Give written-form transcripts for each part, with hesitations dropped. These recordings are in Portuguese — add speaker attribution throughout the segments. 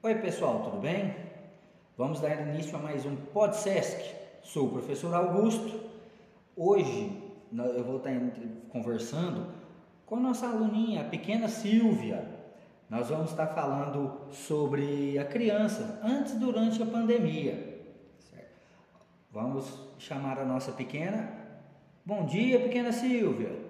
Speaker 1: Oi pessoal, tudo bem? Vamos dar início a mais um PodSesc. Sou o professor Augusto. Hoje eu vou estar conversando com a nossa aluninha, a pequena Silvia. Nós vamos estar falando sobre a criança antes e durante a pandemia. Certo? Vamos chamar a nossa pequena. Bom dia, pequena Silvia.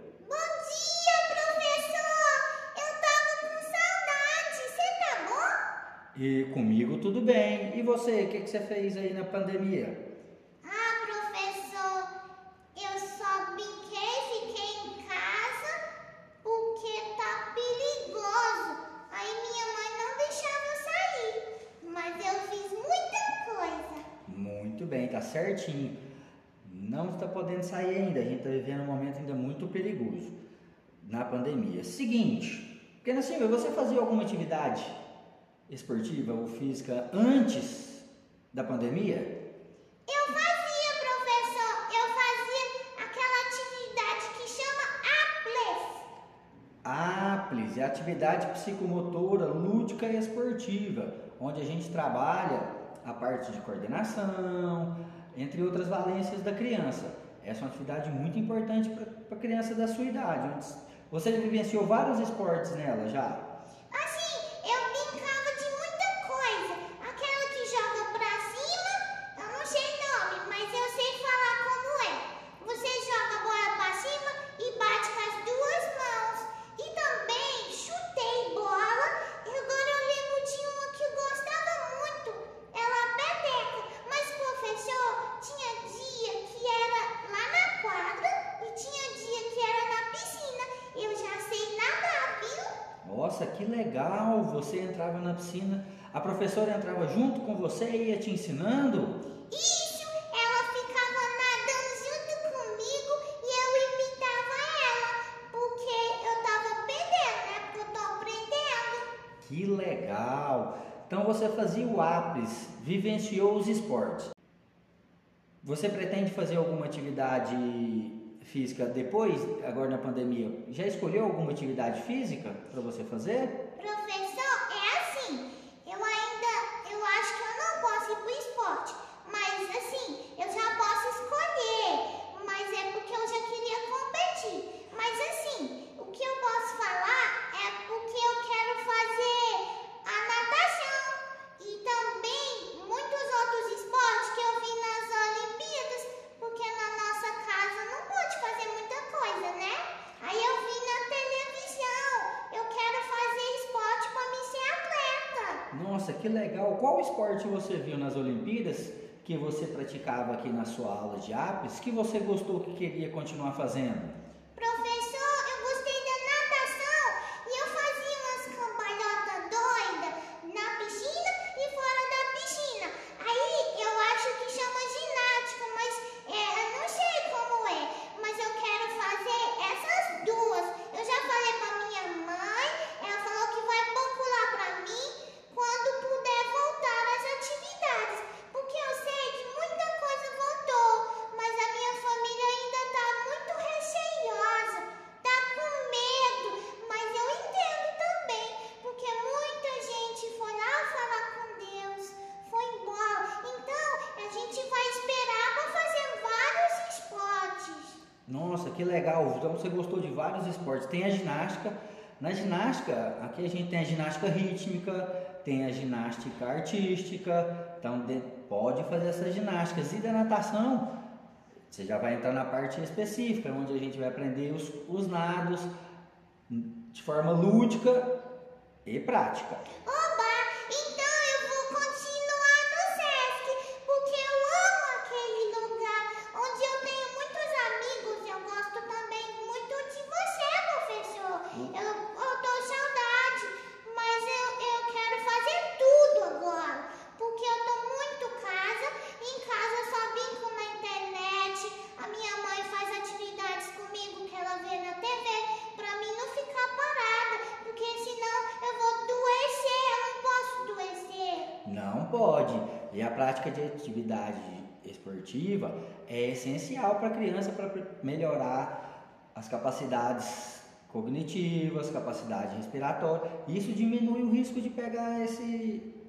Speaker 1: E comigo tudo bem. E você, o que você fez aí na pandemia?
Speaker 2: Professor, eu só fiquei em casa porque tá perigoso. Aí minha mãe não deixava eu sair, mas eu fiz muita coisa.
Speaker 1: Muito bem, tá certinho. Não está podendo sair ainda, a gente está vivendo um momento ainda muito perigoso na pandemia. Seguinte, pequena Silvia, você fazia alguma atividade esportiva ou física antes da pandemia?
Speaker 2: Eu fazia, professor, aquela atividade que chama
Speaker 1: APLES é atividade psicomotora, lúdica e esportiva, onde a gente trabalha a parte de coordenação, entre outras valências da criança. Essa é uma atividade muito importante para a criança da sua idade. Você vivenciou vários esportes nela já?
Speaker 2: Assim, eu brincava de muita coisa. Aquela que joga pra cima, eu não sei o nome, mas eu sei falar como é. Você joga a bola pra cima e bate com as duas mãos. E também chutei bola. E agora eu lembro de uma que eu gostava muito. Ela é peteca. Mas, professor, tinha dia que era lá na quadra e tinha dia que era na piscina. Eu já sei nadar, viu?
Speaker 1: Nossa, que legal! Você entrava na piscina, a professora entrava junto com você e ia te ensinando?
Speaker 2: Isso, ela ficava nadando junto comigo e eu imitava ela, porque eu tava aprendendo, né? Porque eu tô aprendendo.
Speaker 1: Que legal! Então você fazia o APLES, vivenciou os esportes. Você pretende fazer alguma atividade física depois, agora na pandemia? Já escolheu alguma atividade física para você fazer?
Speaker 2: Professor, é assim, eu acho que eu não posso ir pro esporte, mas assim, eu já posso escolher, mas é porque eu já queria competir. Mas assim, o que eu posso falar é porque eu quero fazer a natação e também muitos outros esportes que eu vi nas Olimpíadas, porque na nossa casa não pode fazer muita coisa, né? Aí eu vi na televisão, eu quero fazer esporte para me ser atleta.
Speaker 1: Nossa, que legal! Qual esporte você viu nas Olimpíadas que você praticava aqui na sua aula de APLES que você gostou, que queria continuar fazendo?
Speaker 2: Professor, eu gostei da natação e eu fazia umas cambalhotas doidas na piscina e fora da piscina. Aí eu acho que chama ginástica, mas eu não sei como é. Mas eu quero fazer essas duas. Eu já falei pra minha mãe, ela falou que vai procurar pra mim quando puder voltar às atividades. Porque eu sei que muita coisa voltou, mas a minha família ainda tá muito receiosa, tá com medo, mas eu entendo também, porque muita gente foi lá falar com Deus, foi embora. Então, a gente vai esperar para fazer vários esportes.
Speaker 1: Nossa, que legal! Então você gostou de vários esportes. Tem a ginástica. Na ginástica, aqui a gente tem a ginástica rítmica, tem a ginástica artística. Então pode fazer essas ginásticas. E da natação, você já vai entrar na parte específica, onde a gente vai aprender os nados de forma lúdica e prática.
Speaker 2: Oba, então eu vou continuar no SESC, porque eu amo aquele lugar onde eu tenho muitos amigos. Eu gosto também muito de você, professor. Eu tô saudade, mas eu quero fazer tudo agora, porque eu tô muito em casa eu só brinco na internet. A minha mãe faz atividades comigo que ela vê na TV, pra mim não ficar parada, porque senão eu vou adoecer, eu não posso adoecer.
Speaker 1: Não pode. E a prática de atividade esportiva é essencial para a criança para melhorar as capacidades cognitivas, capacidade respiratória. Isso diminui o risco de pegar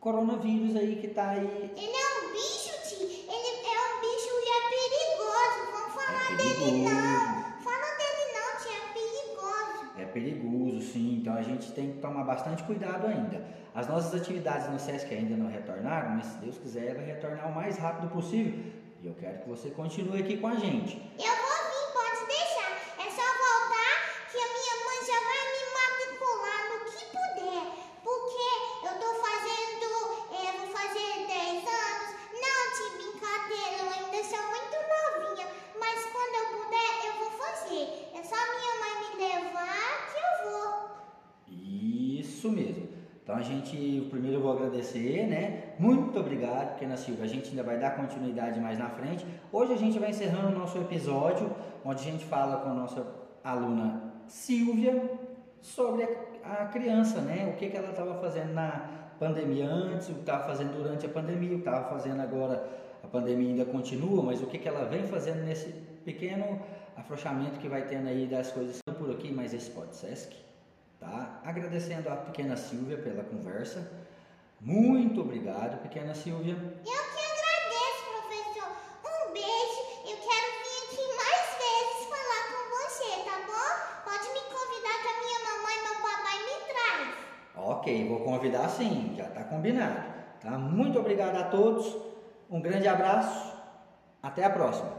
Speaker 1: coronavírus aí que tá aí.
Speaker 2: Ele é um bicho, tio. Ele é um bicho e é perigoso. Vamos falar dele não. Fala dele não, tio. É perigoso.
Speaker 1: É perigoso, sim. Então a gente tem que tomar bastante cuidado ainda. As nossas atividades no SESC ainda não retornaram, mas se Deus quiser vai retornar o mais rápido possível. E eu quero que você continue aqui com a gente.
Speaker 2: Eu vou vir, pode deixar. É só voltar que a minha mãe já vai me matricular no que puder. Porque eu tô fazendo, vou fazer 10 anos. Não, tio, brincadeira, eu ainda sou muito novinha. Mas quando eu puder, eu vou fazer. É só minha mãe me levar que eu vou.
Speaker 1: Isso mesmo. Então primeiro eu vou agradecer, né? Muito obrigado, Pequena Silvia. A gente ainda vai dar continuidade mais na frente. Hoje a gente vai encerrando o nosso episódio, onde a gente fala com a nossa aluna Silvia sobre a criança, né? O que ela estava fazendo na pandemia antes, o que estava fazendo durante a pandemia, o que estava fazendo agora. A pandemia ainda continua, mas o que ela vem fazendo nesse pequeno afrouxamento que vai tendo aí das coisas por aqui, mais esse podcast. Tá? Agradecendo a pequena Silvia pela conversa. Muito obrigado, pequena Silvia.
Speaker 2: Eu que agradeço, professor. Um beijo. Eu quero vir aqui mais vezes falar com você, tá bom? Pode me convidar que a minha mamãe e meu papai me traz.
Speaker 1: Ok, vou convidar sim, já tá combinado. Tá? Muito obrigado a todos. Um grande abraço. Até a próxima.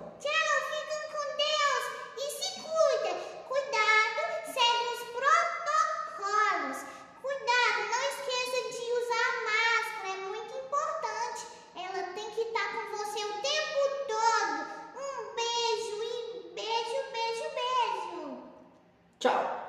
Speaker 1: Tchau!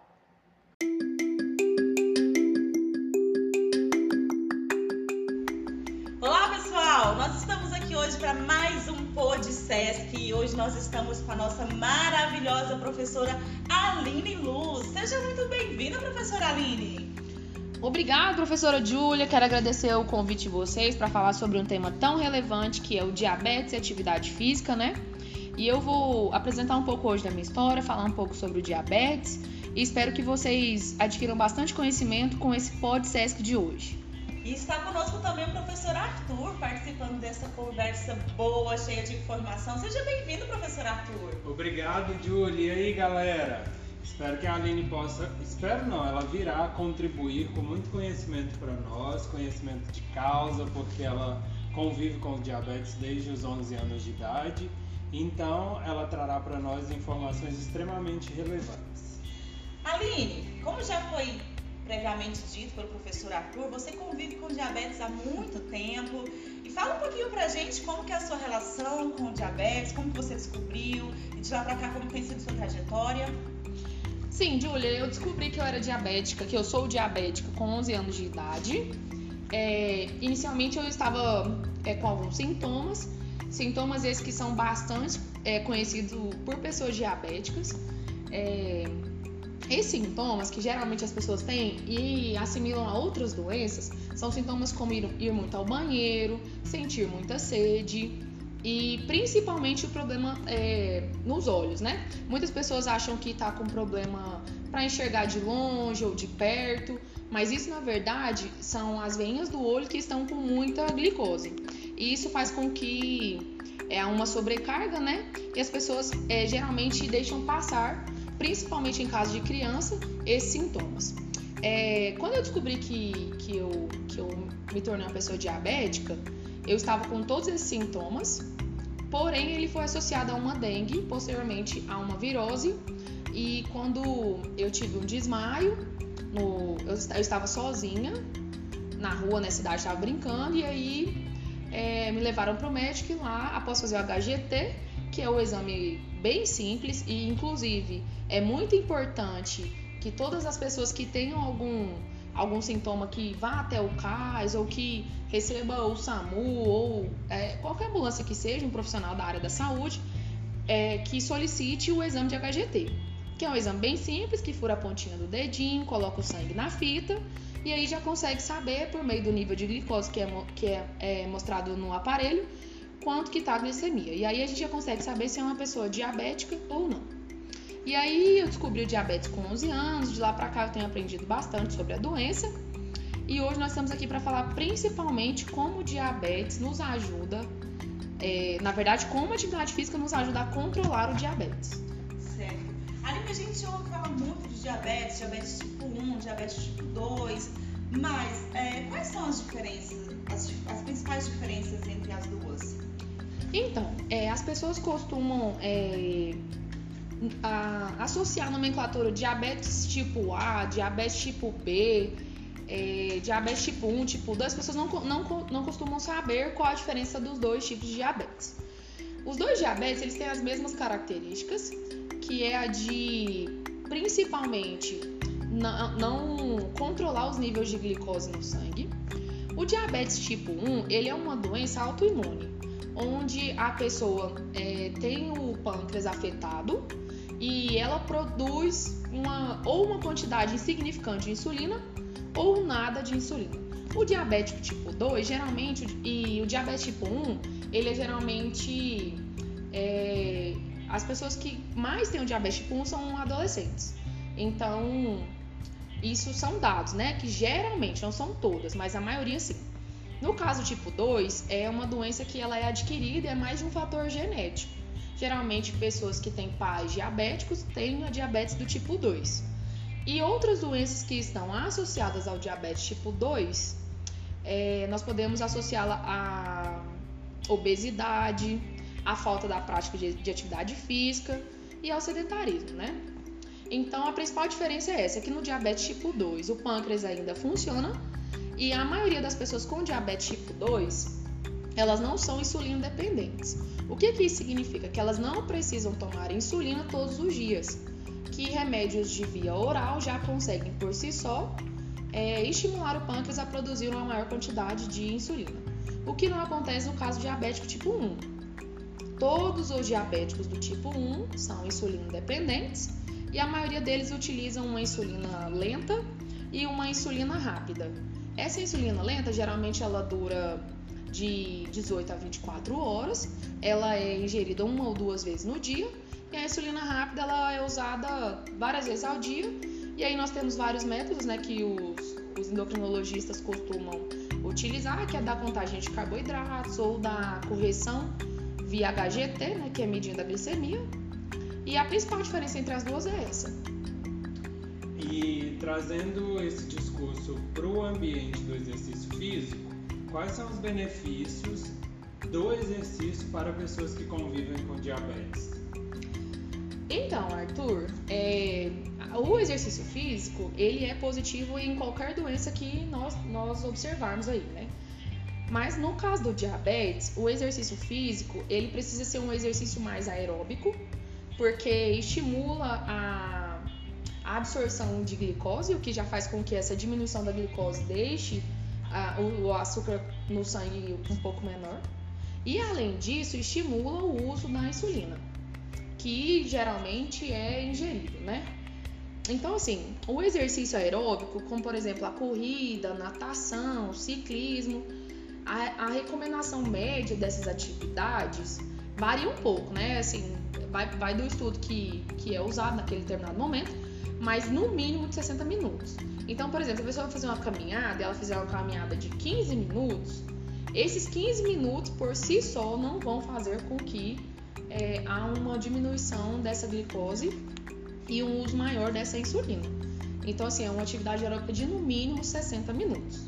Speaker 3: Olá pessoal, nós estamos aqui hoje para mais um Pod Sesc e hoje nós estamos com a nossa maravilhosa professora Aline Luz. Seja muito bem-vinda, professora Aline.
Speaker 4: Obrigada, professora Júlia. Quero agradecer o convite de vocês para falar sobre um tema tão relevante que é o diabetes e atividade física, né? E eu vou apresentar um pouco hoje da minha história, falar um pouco sobre o diabetes e espero que vocês adquiram bastante conhecimento com esse Pod Sesc de hoje.
Speaker 3: E está conosco também o professor Arthur, participando dessa conversa boa, cheia de informação. Seja bem-vindo, professor Arthur.
Speaker 5: Obrigado, Júlia. E aí, galera? Espero que a Aline possa... Espero não, ela virá contribuir com muito conhecimento para nós, conhecimento de causa, porque ela convive com o diabetes desde os 11 anos de idade. Então, ela trará para nós informações extremamente relevantes.
Speaker 3: Aline, como já foi previamente dito pelo professor Arthur, você convive com diabetes há muito tempo. E fala um pouquinho pra gente como que é a sua relação com o diabetes, como que você descobriu, e de lá pra cá como tem sido sua trajetória.
Speaker 4: Sim, Júlia, eu descobri que eu era diabética, que eu sou diabética com 11 anos de idade. Inicialmente eu estava com alguns sintomas esses que são bastante conhecidos por pessoas diabéticas. Esses sintomas que geralmente as pessoas têm e assimilam a outras doenças são sintomas como ir muito ao banheiro, sentir muita sede e principalmente o problema nos olhos, né? Muitas pessoas acham que está com problema para enxergar de longe ou de perto, mas isso na verdade são as veinhas do olho que estão com muita glicose. E isso faz com que há uma sobrecarga, né? E as pessoas geralmente deixam passar, principalmente em caso de criança, esses sintomas. Quando eu descobri que eu me tornei uma pessoa diabética, eu estava com todos esses sintomas, porém ele foi associado a uma dengue, posteriormente a uma virose, e quando eu tive um desmaio, eu estava sozinha na rua, na cidade, estava brincando, e aí me levaram para o médico e lá, após fazer o HGT, que é o exame bem simples e inclusive é muito importante que todas as pessoas que tenham algum sintoma que vá até o CAIS ou que receba o SAMU ou qualquer ambulância que seja, um profissional da área da saúde, que solicite o exame de HGT, que é um exame bem simples, que fura a pontinha do dedinho, coloca o sangue na fita e aí já consegue saber por meio do nível de glicose que é mostrado no aparelho quanto que está a glicemia. E aí a gente já consegue saber se é uma pessoa diabética ou não. E aí eu descobri o diabetes com 11 anos, de lá para cá eu tenho aprendido bastante sobre a doença E hoje nós estamos aqui para falar principalmente como o diabetes nos ajuda, na verdade, como a atividade física nos ajuda a controlar o diabetes.
Speaker 3: Certo. Aline, a gente ouve falar muito de diabetes tipo 1, diabetes tipo 2, mas quais são as diferenças, as principais diferenças entre as duas?
Speaker 4: Então, as pessoas costumam associar a nomenclatura diabetes tipo A, diabetes tipo B, diabetes tipo 1, tipo 2. As pessoas não costumam saber qual a diferença dos dois tipos de diabetes. Os dois diabetes, eles têm as mesmas características, que é a de, principalmente, não controlar os níveis de glicose no sangue. O diabetes tipo 1, ele é uma doença autoimune, onde a pessoa tem o pâncreas afetado e ela produz uma quantidade insignificante de insulina ou nada de insulina. O diabético tipo 2, geralmente, e o diabetes tipo 1, ele é geralmente... as pessoas que mais têm o diabetes tipo 1 são adolescentes. Então, isso são dados, né? Que geralmente, não são todas, mas a maioria sim. No caso tipo 2, é uma doença que ela é adquirida e é mais de um fator genético. Geralmente, pessoas que têm pais diabéticos têm a diabetes do tipo 2. E outras doenças que estão associadas ao diabetes tipo 2, nós podemos associá-la à obesidade, à falta da prática de atividade física e ao sedentarismo, né? Então, a principal diferença é essa, que no diabetes tipo 2, o pâncreas ainda funciona e a maioria das pessoas com diabetes tipo 2, elas não são insulino dependentes. O que isso significa? Que elas não precisam tomar insulina todos os dias, que remédios de via oral já conseguem por si só estimular o pâncreas a produzir uma maior quantidade de insulina. O que não acontece no caso diabético tipo 1. Todos os diabéticos do tipo 1 são insulino dependentes e a maioria deles utilizam uma insulina lenta e uma insulina rápida. Essa insulina lenta, geralmente ela dura de 18 a 24 horas, ela é ingerida 1 ou 2 vezes no dia, e a insulina rápida ela é usada várias vezes ao dia. E aí nós temos vários métodos, né, que os endocrinologistas costumam utilizar, que é da contagem de carboidratos ou da correção via HGT, né, que é medindo a glicemia. E a principal diferença entre as duas é essa.
Speaker 5: E trazendo esse discurso para o ambiente do exercício físico, quais são os benefícios do exercício para pessoas que convivem com diabetes?
Speaker 4: Então, Arthur, o exercício físico, ele é positivo em qualquer doença que nós observarmos aí, né? Mas no caso do diabetes, o exercício físico, ele precisa ser um exercício mais aeróbico, porque estimula a absorção de glicose, o que já faz com que essa diminuição da glicose deixe o açúcar no sangue um pouco menor. E além disso, estimula o uso da insulina, que geralmente é ingerido, né? Então, assim, o exercício aeróbico, como por exemplo a corrida, natação, ciclismo, a recomendação média dessas atividades varia um pouco, né? Assim, vai do estudo que é usado naquele determinado momento, mas no mínimo de 60 minutos. Então, por exemplo, se a pessoa vai fazer uma caminhada e ela fizer uma caminhada de 15 minutos, esses 15 minutos por si só não vão fazer com que há uma diminuição dessa glicose e um uso maior dessa insulina. Então, assim, é uma atividade aeróbica de no mínimo 60 minutos.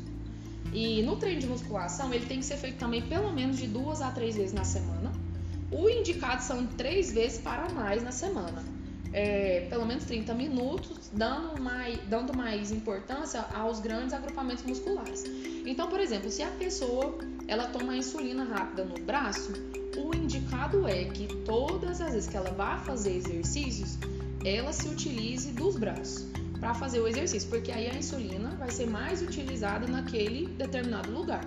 Speaker 4: E no treino de musculação, ele tem que ser feito também pelo menos de 2 a 3 vezes na semana. O indicado são 3 vezes para mais na semana. Pelo menos 30 minutos, dando mais importância aos grandes agrupamentos musculares. Então, por exemplo, se a pessoa ela toma insulina rápida no braço, o indicado é que todas as vezes que ela vá fazer exercícios, ela se utilize dos braços para fazer o exercício, porque aí a insulina vai ser mais utilizada naquele determinado lugar,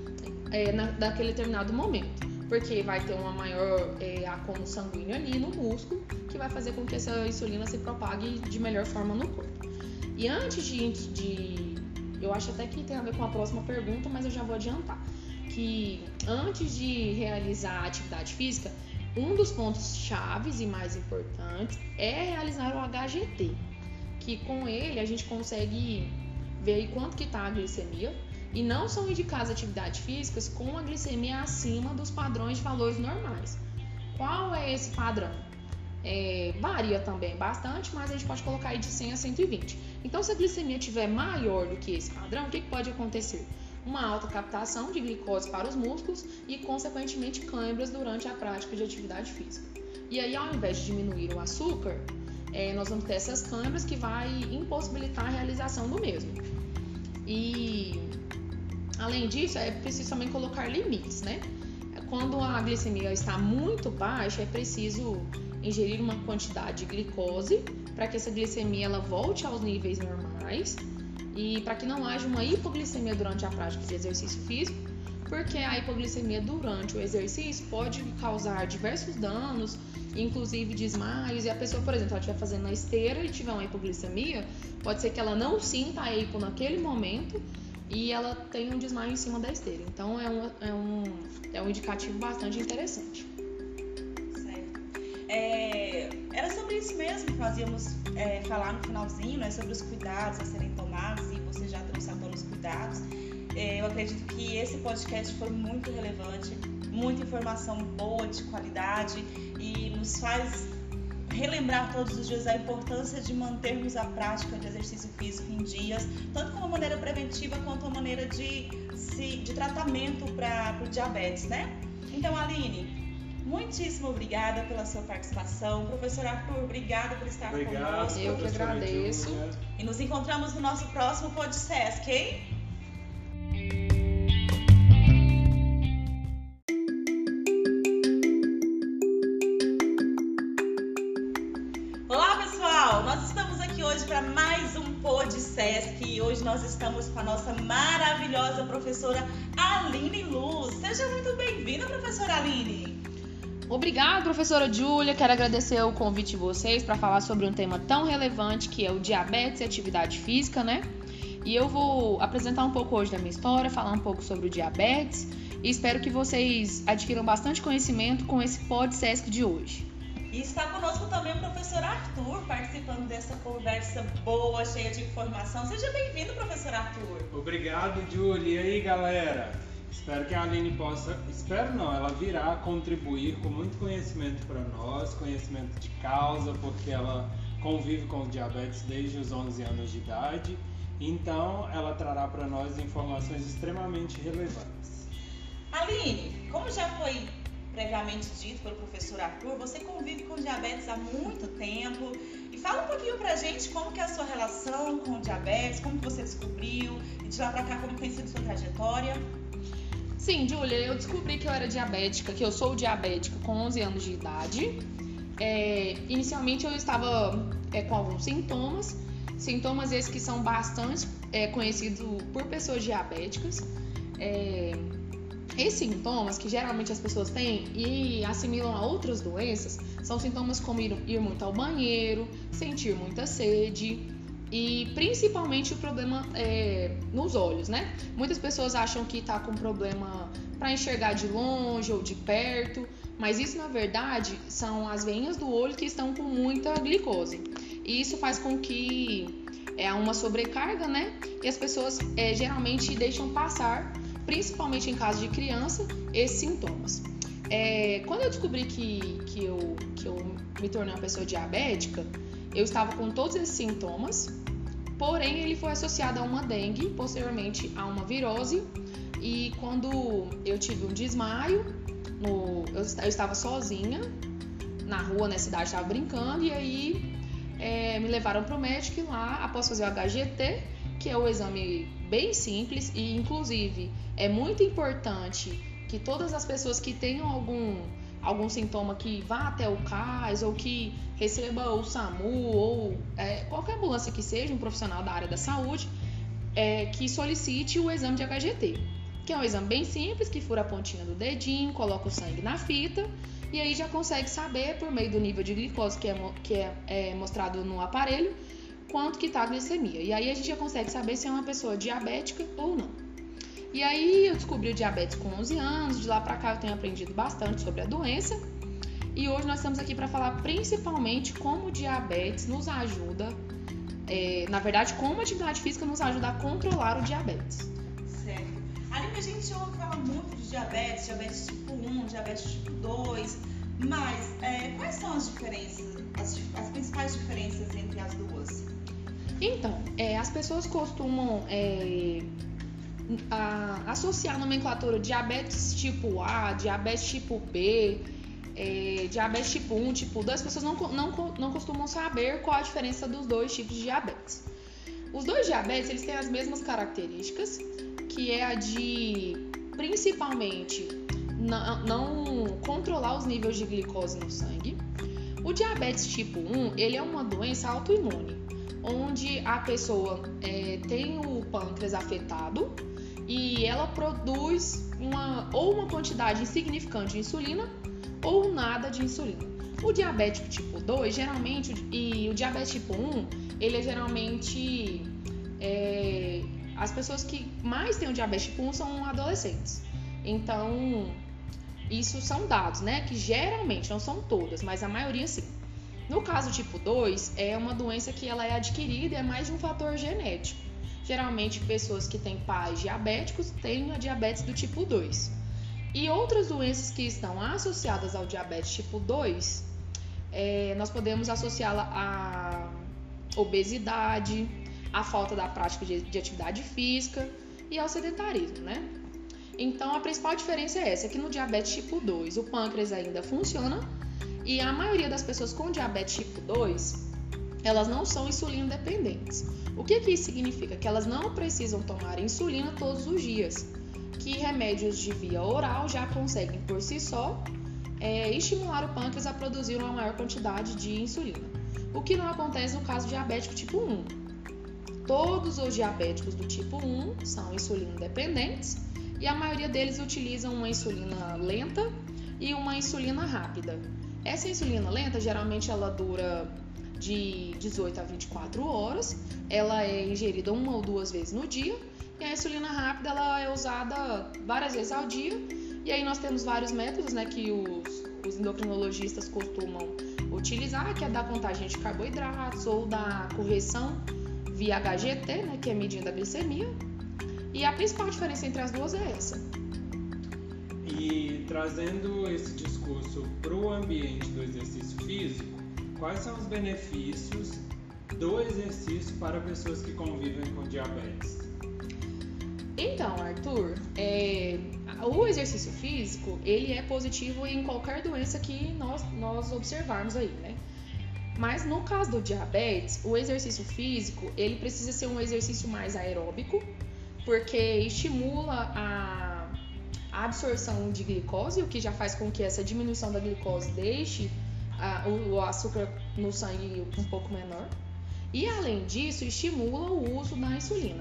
Speaker 4: naquele determinado momento, porque vai ter uma maior acúmulo sanguíneo ali no músculo, que vai fazer com que essa insulina se propague de melhor forma no corpo. E antes de eu acho até que tem a ver com a próxima pergunta, mas eu já vou adiantar, que antes de realizar a atividade física, um dos pontos chaves e mais importantes é realizar o HGT, que com ele a gente consegue ver aí quanto que está a glicemia, e não são indicadas atividades físicas com a glicemia acima dos padrões de valores normais. Qual é esse padrão? Varia também bastante, mas a gente pode colocar aí de 100 a 120. Então, se a glicemia estiver maior do que esse padrão, o que pode acontecer? Uma alta captação de glicose para os músculos e, consequentemente, câimbras durante a prática de atividade física. E aí, ao invés de diminuir o açúcar, nós vamos ter essas câimbras que vai impossibilitar a realização do mesmo. E, além disso, é preciso também colocar limites, né? Quando a glicemia está muito baixa, é preciso ingerir uma quantidade de glicose para que essa glicemia ela volte aos níveis normais e para que não haja uma hipoglicemia durante a prática de exercício físico, porque a hipoglicemia durante o exercício pode causar diversos danos, inclusive desmaios, e a pessoa, por exemplo, ela estiver fazendo na esteira e tiver uma hipoglicemia, pode ser que ela não sinta a hipo naquele momento e ela tenha um desmaio em cima da esteira. Então é um indicativo bastante interessante.
Speaker 3: Era sobre isso mesmo que nós íamos falar no finalzinho, né, sobre os cuidados a serem tomados, e você já trouxe à tona os cuidados. Eu acredito que esse podcast foi muito relevante, muita informação boa, de qualidade, e nos faz relembrar todos os dias a importância de mantermos a prática de exercício físico em dias, tanto como maneira preventiva quanto uma maneira de tratamento para o diabetes, né? Então, Aline, muitíssimo obrigada pela sua participação. Professor Arthur, obrigada por estar conosco.
Speaker 4: Eu que agradeço.
Speaker 3: E nos encontramos no nosso próximo PodSesc, hein? Olá, pessoal! Nós estamos aqui hoje para mais um PodSesc e hoje nós estamos com a nossa maravilhosa professora Aline Luz. Seja muito bem-vinda, professora Aline!
Speaker 4: Obrigada, professora Júlia. Quero agradecer o convite de vocês para falar sobre um tema tão relevante que é o diabetes e atividade física, né? E eu vou apresentar um pouco hoje da minha história, falar um pouco sobre o diabetes e espero que vocês adquiram bastante conhecimento com esse PodSesc de hoje.
Speaker 3: E está conosco também o professor Arthur, participando dessa conversa boa, cheia de informação. Seja bem-vindo, professor Arthur.
Speaker 5: Obrigado, Júlia. E aí, galera? Espero que a Aline possa, ela virá contribuir com muito conhecimento para nós, conhecimento de causa, porque ela convive com o diabetes desde os 11 anos de idade. Então, ela trará para nós informações extremamente relevantes.
Speaker 3: Aline, como já foi previamente dito pelo professor Arthur, você convive com diabetes há muito tempo. E fala um pouquinho pra gente como que é a sua relação com o diabetes, como que você descobriu, e de lá pra cá como tem sido sua trajetória.
Speaker 4: Sim, Júlia, eu descobri que eu era diabética, que eu sou diabética com 11 anos de idade. Inicialmente eu estava com alguns sintomas esses que são bastante conhecidos por pessoas diabéticas. Esses sintomas que geralmente as pessoas têm e assimilam a outras doenças são sintomas como ir muito ao banheiro, sentir muita sede e principalmente o problema nos olhos, né? Muitas pessoas acham que está com problema para enxergar de longe ou de perto, mas isso na verdade são as veinhas do olho que estão com muita glicose. E isso faz com que há uma sobrecarga, né? E as pessoas geralmente deixam passar, principalmente em caso de criança, esses sintomas. Quando eu descobri que eu me tornei uma pessoa diabética, eu estava com todos esses sintomas, porém ele foi associado a uma dengue, posteriormente a uma virose, e quando eu tive um desmaio, eu estava sozinha na rua, na cidade, estava brincando, e aí me levaram para o médico e lá, após fazer o HGT, que é o exame bem simples e inclusive é muito importante que todas as pessoas que tenham algum sintoma que vá até o CAIS ou que receba o SAMU ou qualquer ambulância que seja, um profissional da área da saúde, que solicite o exame de HGT, que é um exame bem simples, que fura a pontinha do dedinho, coloca o sangue na fita e aí já consegue saber por meio do nível de glicose que é mostrado no aparelho quanto que está a glicemia. E aí a gente já consegue saber se é uma pessoa diabética ou não. E aí eu descobri o diabetes com 11 anos, de lá pra cá eu tenho aprendido bastante sobre a doença. E hoje nós estamos aqui para falar principalmente como o diabetes nos ajuda Na verdade, como a atividade física nos ajuda a controlar o diabetes.
Speaker 3: Certo. Aline, a gente ouve falar muito de diabetes, diabetes tipo 1, diabetes tipo 2, mas quais são as diferenças, as principais diferenças entre as duas?
Speaker 4: Então, as pessoas costumam associar a nomenclatura diabetes tipo A, diabetes tipo B, diabetes tipo 1, tipo 2. As pessoas não costumam saber qual a diferença dos dois tipos de diabetes. Os dois diabetes, eles têm as mesmas características, que é a de, principalmente, não controlar os níveis de glicose no sangue. O diabetes tipo 1, ele é uma doença autoimune, onde a pessoa tem o pâncreas afetado e ela produz uma quantidade insignificante de insulina ou nada de insulina. O diabético tipo 2, geralmente, e o diabetes tipo 1, ele é geralmente... as pessoas que mais têm o diabetes tipo 1 são adolescentes. Então, isso são dados, né? Que geralmente, não são todas, mas a maioria sim. No caso tipo 2, é uma doença que ela é adquirida e é mais de um fator genético. Geralmente, pessoas que têm pais diabéticos têm a diabetes do tipo 2. E outras doenças que estão associadas ao diabetes tipo 2, nós podemos associá-la à obesidade, à falta da prática de atividade física e ao sedentarismo, né? Então, a principal diferença é essa, que no diabetes tipo 2 o pâncreas ainda funciona e a maioria das pessoas com diabetes tipo 2, elas não são insulino dependentes. O que isso significa? Que elas não precisam tomar insulina todos os dias, que remédios de via oral já conseguem por si só estimular o pâncreas a produzir uma maior quantidade de insulina. O que não acontece no caso diabético tipo 1. Todos os diabéticos do tipo 1 são insulino dependentes e a maioria deles utilizam uma insulina lenta e uma insulina rápida. Essa insulina lenta, geralmente ela dura de 18 a 24 horas, ela é ingerida 1 ou 2 vezes no dia, e a insulina rápida ela é usada várias vezes ao dia. E aí nós temos vários métodos, né, que os endocrinologistas costumam utilizar, que é da contagem de carboidratos ou da correção via HGT, né, que é medindo a glicemia. E a principal diferença entre as duas é essa.
Speaker 5: E trazendo esse discurso para o ambiente do exercício físico, quais são os benefícios do exercício para pessoas que convivem com diabetes?
Speaker 4: Então, Arthur, o exercício físico, ele é positivo em qualquer doença que nós observarmos aí, né? Mas no caso do diabetes, o exercício físico, ele precisa ser um exercício mais aeróbico, porque estimula a absorção de glicose, o que já faz com que essa diminuição da glicose deixe o açúcar no sangue um pouco menor. E além disso, estimula o uso da insulina,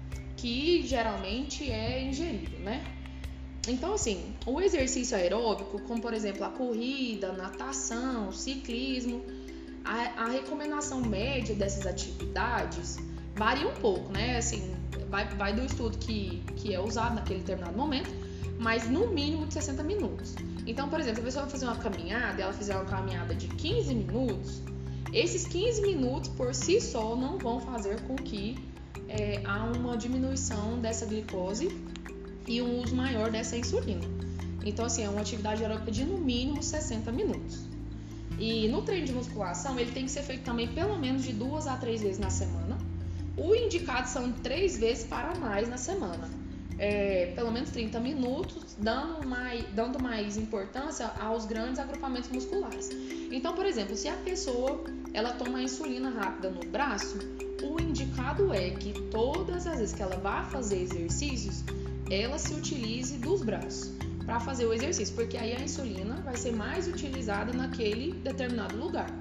Speaker 4: que geralmente é ingerido, né? Então, assim, o exercício aeróbico, como por exemplo a corrida, natação, ciclismo, a recomendação média dessas atividades varia um pouco, né? Assim, vai do estudo que é usado naquele determinado momento, mas no mínimo de 60 minutos. Então, por exemplo, se a pessoa vai fazer uma caminhada, ela fizer uma caminhada de 15 minutos, esses 15 minutos por si só não vão fazer com que há uma diminuição dessa glicose e um uso maior dessa insulina. Então, assim, é uma atividade aeróbica de no mínimo 60 minutos. E no treino de musculação, ele tem que ser feito também pelo menos de 2 a 3 vezes na semana. O indicado são 3 vezes para mais na semana. Pelo menos 30 minutos, dando mais importância aos grandes agrupamentos musculares. Então, por exemplo, se a pessoa ela toma a insulina rápida no braço, o indicado é que todas as vezes que ela vá fazer exercícios, ela se utilize dos braços para fazer o exercício, porque aí a insulina vai ser mais utilizada naquele determinado lugar,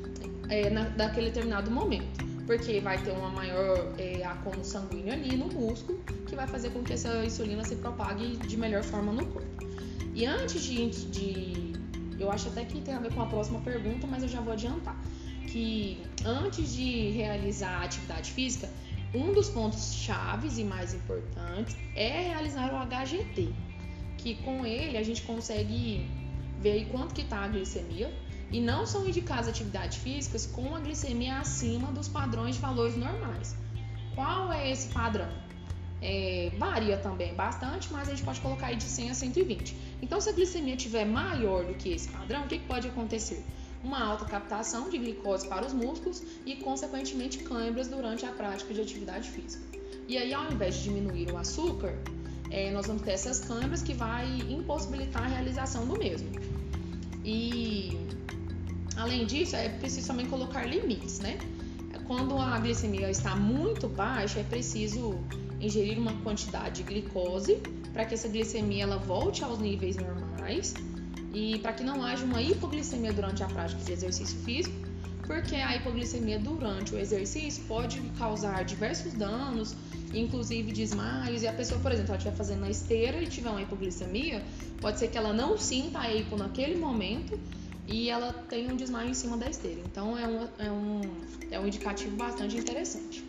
Speaker 4: naquele determinado momento, porque vai ter uma maior acúmulo sanguíneo ali no músculo, que vai fazer com que essa insulina se propague de melhor forma no corpo. E antes de eu acho até que tem a ver com a próxima pergunta, mas eu já vou adiantar, que antes de realizar a atividade física, um dos pontos chaves e mais importantes é realizar o HGT, que com ele a gente consegue ver aí quanto que está a glicemia e não são indicadas atividades físicas com a glicemia acima dos padrões de valores normais. Qual é esse padrão? Varia também bastante, mas a gente pode colocar aí de 100 a 120. Então, se a glicemia estiver maior do que esse padrão, o que pode acontecer? Uma alta captação de glicose para os músculos e, consequentemente, câimbras durante a prática de atividade física. E aí, ao invés de diminuir o açúcar, nós vamos ter essas câimbras que vai impossibilitar a realização do mesmo. E, além disso, é preciso também colocar limites, né? Quando a glicemia está muito baixa, é preciso ingerir uma quantidade de glicose para que essa glicemia ela volte aos níveis normais e para que não haja uma hipoglicemia durante a prática de exercício físico, porque a hipoglicemia durante o exercício pode causar diversos danos, inclusive desmaios, e a pessoa, por exemplo, ela estiver fazendo na esteira e tiver uma hipoglicemia, pode ser que ela não sinta a hipo naquele momento e ela tenha um desmaio em cima da esteira. Então é um indicativo bastante interessante.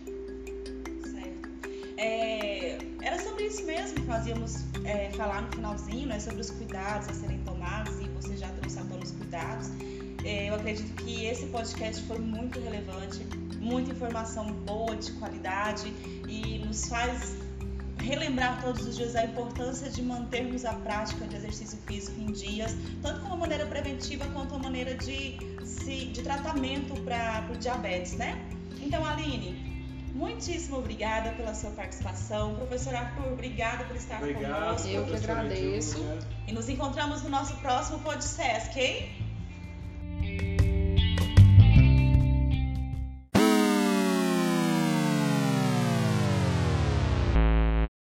Speaker 3: Era sobre isso mesmo que nós íamos falar no finalzinho, né, sobre os cuidados a serem tomados, e você já trouxe à tona os cuidados. Eu acredito que esse podcast foi muito relevante, muita informação boa, de qualidade, e nos faz relembrar todos os dias a importância de mantermos a prática de exercício físico em dias, tanto como maneira preventiva quanto uma maneira de tratamento para o diabetes, né? Então, Aline, muitíssimo obrigada pela sua participação. Professor Arthur, obrigada por estar conosco.
Speaker 4: Eu que agradeço.
Speaker 3: E nos encontramos no nosso próximo podcast, ok?